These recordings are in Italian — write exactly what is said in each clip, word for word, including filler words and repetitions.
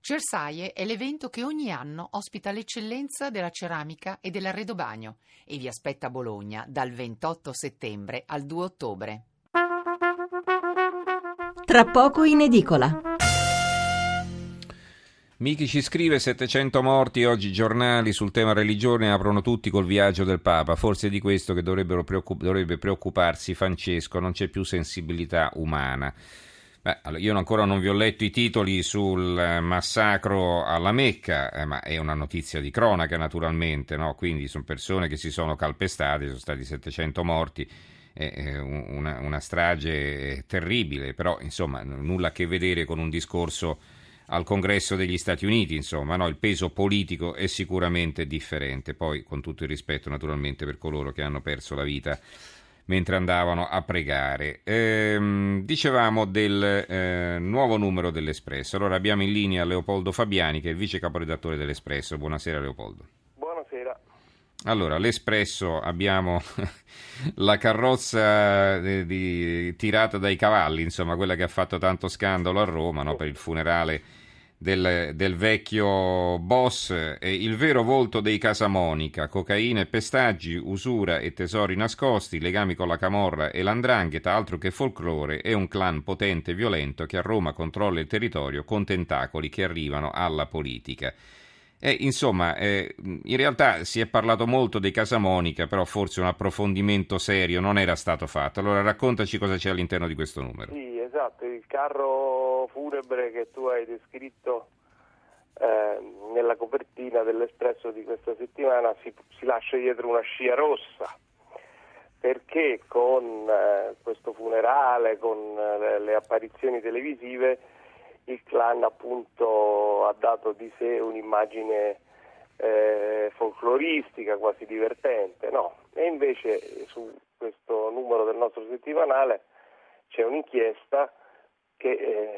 Cersaie è l'evento che ogni anno ospita l'eccellenza della ceramica e dell'arredobagno e vi aspetta a Bologna dal ventotto settembre al due ottobre. Tra poco in edicola. Michi ci scrive: settecento morti, oggi i giornali sul tema religione aprono tutti col viaggio del Papa, forse è di questo che dovrebbero preoccup- dovrebbe preoccuparsi Francesco, non c'è più sensibilità umana. Beh, allora, io ancora non vi ho letto i titoli sul massacro alla Mecca, eh, ma è una notizia di cronaca naturalmente, no? Quindi sono persone che si sono calpestate, sono stati settecento morti, è una, una strage terribile, però insomma nulla a che vedere con un discorso al Congresso degli Stati Uniti, insomma, no? Il peso politico è sicuramente differente, poi con tutto il rispetto naturalmente per coloro che hanno perso la vita mentre andavano a pregare. Ehm, dicevamo del eh, nuovo numero dell'Espresso. Allora abbiamo in linea Leopoldo Fabiani, che è il vice caporedattore dell'Espresso. Buonasera Leopoldo. Buonasera. Allora, l'Espresso, abbiamo la carrozza di, di, tirata dai cavalli, insomma, quella che ha fatto tanto scandalo a Roma, no, per il funerale Del, del vecchio boss, eh, il vero volto dei Casamonica, cocaina e pestaggi, usura e tesori nascosti, legami con la camorra e l'andrangheta, altro che folklore, è un clan potente e violento che a Roma controlla il territorio con tentacoli che arrivano alla politica. E, insomma, eh, in realtà si è parlato molto dei Casamonica, però forse un approfondimento serio non era stato fatto. Allora raccontaci cosa c'è all'interno di questo numero. Sì, esatto, il carro funebre che tu hai descritto eh, nella copertina dell'Espresso di questa settimana si, si lascia dietro una scia rossa, perché con eh, questo funerale, con eh, le apparizioni televisive, il clan appunto ha dato di sé un'immagine eh, folcloristica, quasi divertente, no? E invece su questo numero del nostro settimanale c'è un'inchiesta che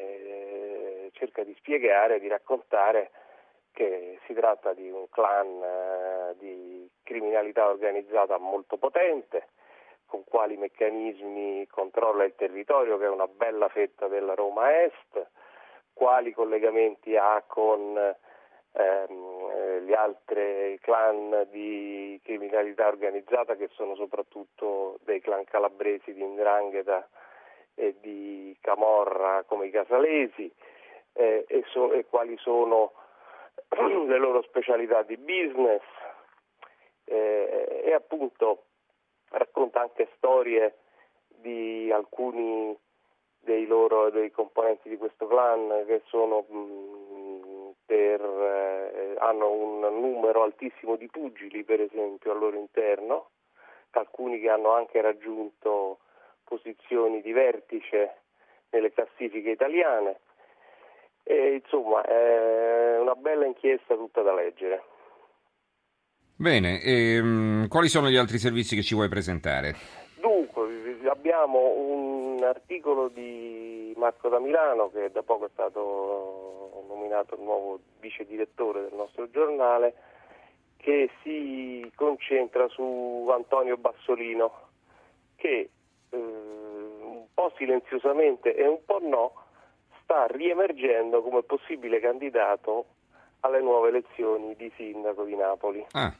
eh, cerca di spiegare, di raccontare che si tratta di un clan eh, di criminalità organizzata molto potente, con quali meccanismi controlla il territorio, che è una bella fetta della Roma Est, quali collegamenti ha con ehm, gli altri clan di criminalità organizzata, che sono soprattutto dei clan calabresi di 'ndrangheta e di camorra come i casalesi, eh, e, so, e quali sono le loro specialità di business, eh, e appunto racconta anche storie di alcuni dei loro dei componenti di questo clan che sono mh, per eh, hanno un numero altissimo di pugili, per esempio, al loro interno, alcuni che hanno anche raggiunto posizioni di vertice nelle classifiche italiane, e insomma è una bella inchiesta tutta da leggere. Bene, ehm, quali sono gli altri servizi che ci vuoi presentare? Dunque, abbiamo un articolo di Marco da Milano, che da poco è stato nominato il nuovo vice direttore del nostro giornale, che si concentra su Antonio Bassolino, che eh, un po' silenziosamente e un po' no sta riemergendo come possibile candidato alle nuove elezioni di sindaco di Napoli. Ah.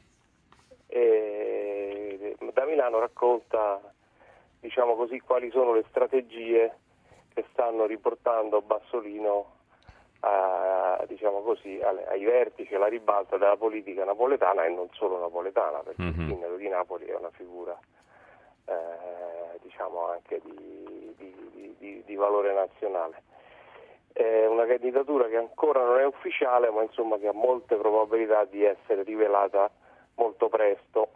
E da Milano racconta, diciamo così, quali sono le strategie che stanno riportando Bassolino a, diciamo così, alle, ai vertici, alla ribalta della politica napoletana, e non solo napoletana, perché mm-hmm. il sindaco di Napoli è una figura eh, diciamo anche di, di, di, di valore nazionale. È una candidatura che ancora non è ufficiale, ma insomma che ha molte probabilità di essere rivelata molto presto.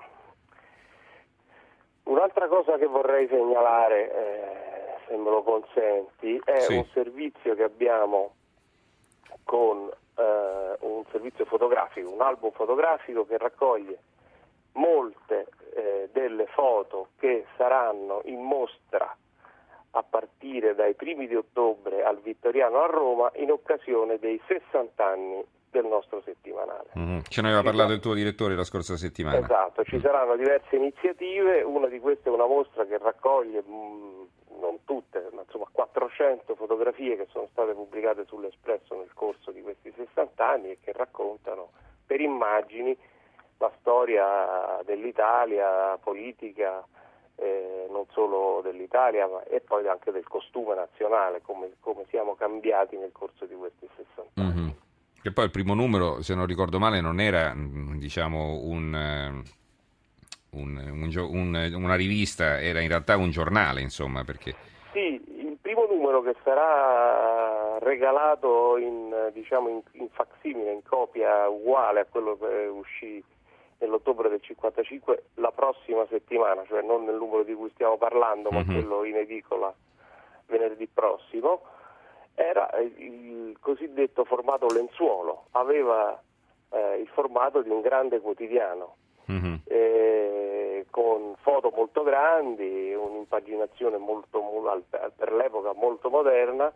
Un'altra cosa che vorrei segnalare, eh, se me lo consenti, è sì. un servizio che abbiamo con eh, un servizio fotografico, un album fotografico che raccoglie molte eh, delle foto che saranno in mostra a partire dai primi di ottobre al Vittoriano a Roma in occasione dei sessanta anni del nostro settimanale. Mm-hmm. Ce ne aveva ci parlato sarà... il tuo direttore la scorsa settimana. Esatto, ci mm. saranno diverse iniziative, una di queste è una mostra che raccoglie, mh, non tutte, ma insomma quattrocento fotografie che sono state pubblicate sull'Espresso nel corso di questi sessanta anni e che raccontano per immagini la storia dell'Italia politica, eh, non solo dell'Italia, ma e poi anche del costume nazionale, come, come siamo cambiati nel corso di questi sessanta anni. Mm-hmm. Che poi il primo numero, se non ricordo male, non era, diciamo, un, un, un, un, una rivista, era in realtà un giornale, insomma, perché... Sì, il primo numero che sarà regalato in, diciamo, in, in facsimile, in copia uguale a quello che uscì nell'ottobre del cinquantacinque, la prossima settimana, cioè non nel numero di cui stiamo parlando, ma mm-hmm. quello in edicola venerdì prossimo, era il cosiddetto formato lenzuolo, aveva eh, il formato di un grande quotidiano, mm-hmm. eh, con foto molto grandi, un'impaginazione molto, per l'epoca molto moderna,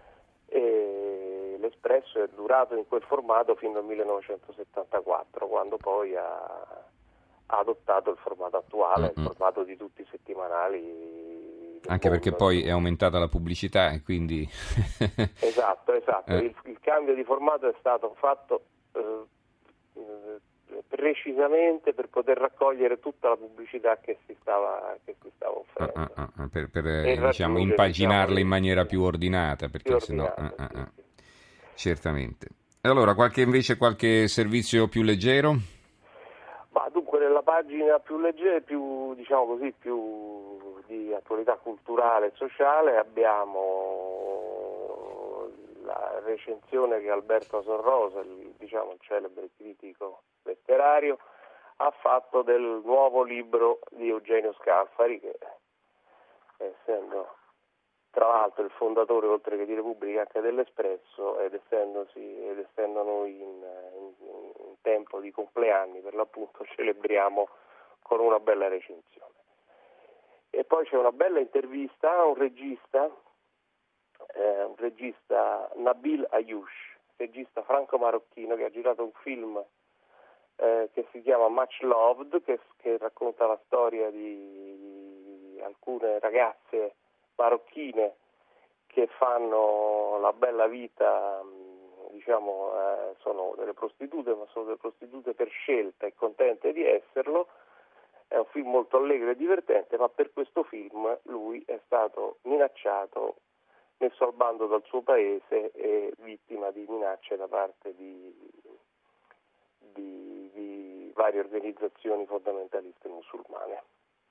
e l'Espresso è durato in quel formato fino al millenovecentosettantaquattro, quando poi ha, ha adottato il formato attuale, mm-hmm. il formato di tutti i settimanali. Anche perché poi è aumentata la pubblicità e quindi... esatto, esatto. Eh. Il, il cambio di formato è stato fatto eh, precisamente per poter raccogliere tutta la pubblicità che si stava, che si stava offrendo. Ah, ah, ah, per per diciamo, impaginarla diciamo, in maniera più ordinata, perché più ordinata, sennò... Ah, ah, ah. Sì, sì. Certamente. E allora, qualche invece qualche servizio più leggero? Ma dunque nella pagina più leggera, più diciamo così, più di attualità culturale e sociale abbiamo la recensione che Alberto Sorrosa, il, diciamo il celebre critico letterario, ha fatto del nuovo libro di Eugenio Scalfari, che essendo tra l'altro il fondatore oltre che di Repubblica anche dell'Espresso, ed essendosi ed essendo noi in, in, in tempo di compleanni per l'appunto celebriamo con una bella recensione. E poi c'è una bella intervista a un regista, eh, un regista Nabil Ayouch, regista franco-marocchino che ha girato un film eh, che si chiama Much Loved, che, che racconta la storia di alcune ragazze marocchine che fanno la bella vita, diciamo, eh, sono delle prostitute, ma sono delle prostitute per scelta e contente di esserlo. È un film molto allegro e divertente, ma per questo film lui è stato minacciato, messo al bando dal suo paese e vittima di minacce da parte di, di, di varie organizzazioni fondamentaliste musulmane.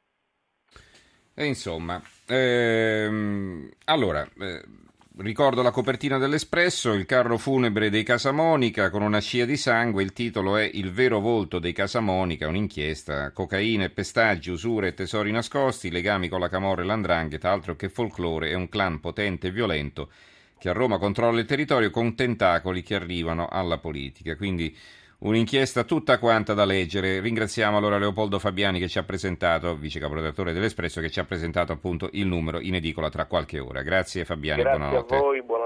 E insomma, ehm, allora, eh, ricordo la copertina dell'Espresso, il carro funebre dei Casamonica con una scia di sangue, il titolo è Il vero volto dei Casamonica, un'inchiesta, cocaina e pestaggi, usure e tesori nascosti, legami con la camorra e l'andrangheta, altro che folklore, è un clan potente e violento che a Roma controlla il territorio con tentacoli che arrivano alla politica, quindi... Un'inchiesta tutta quanta da leggere. Ringraziamo allora Leopoldo Fabiani che ci ha presentato, vice caporedattore dell'Espresso, che ci ha presentato appunto il numero in edicola tra qualche ora. Grazie Fabiani, Grazie buonanotte. a voi, buonanotte.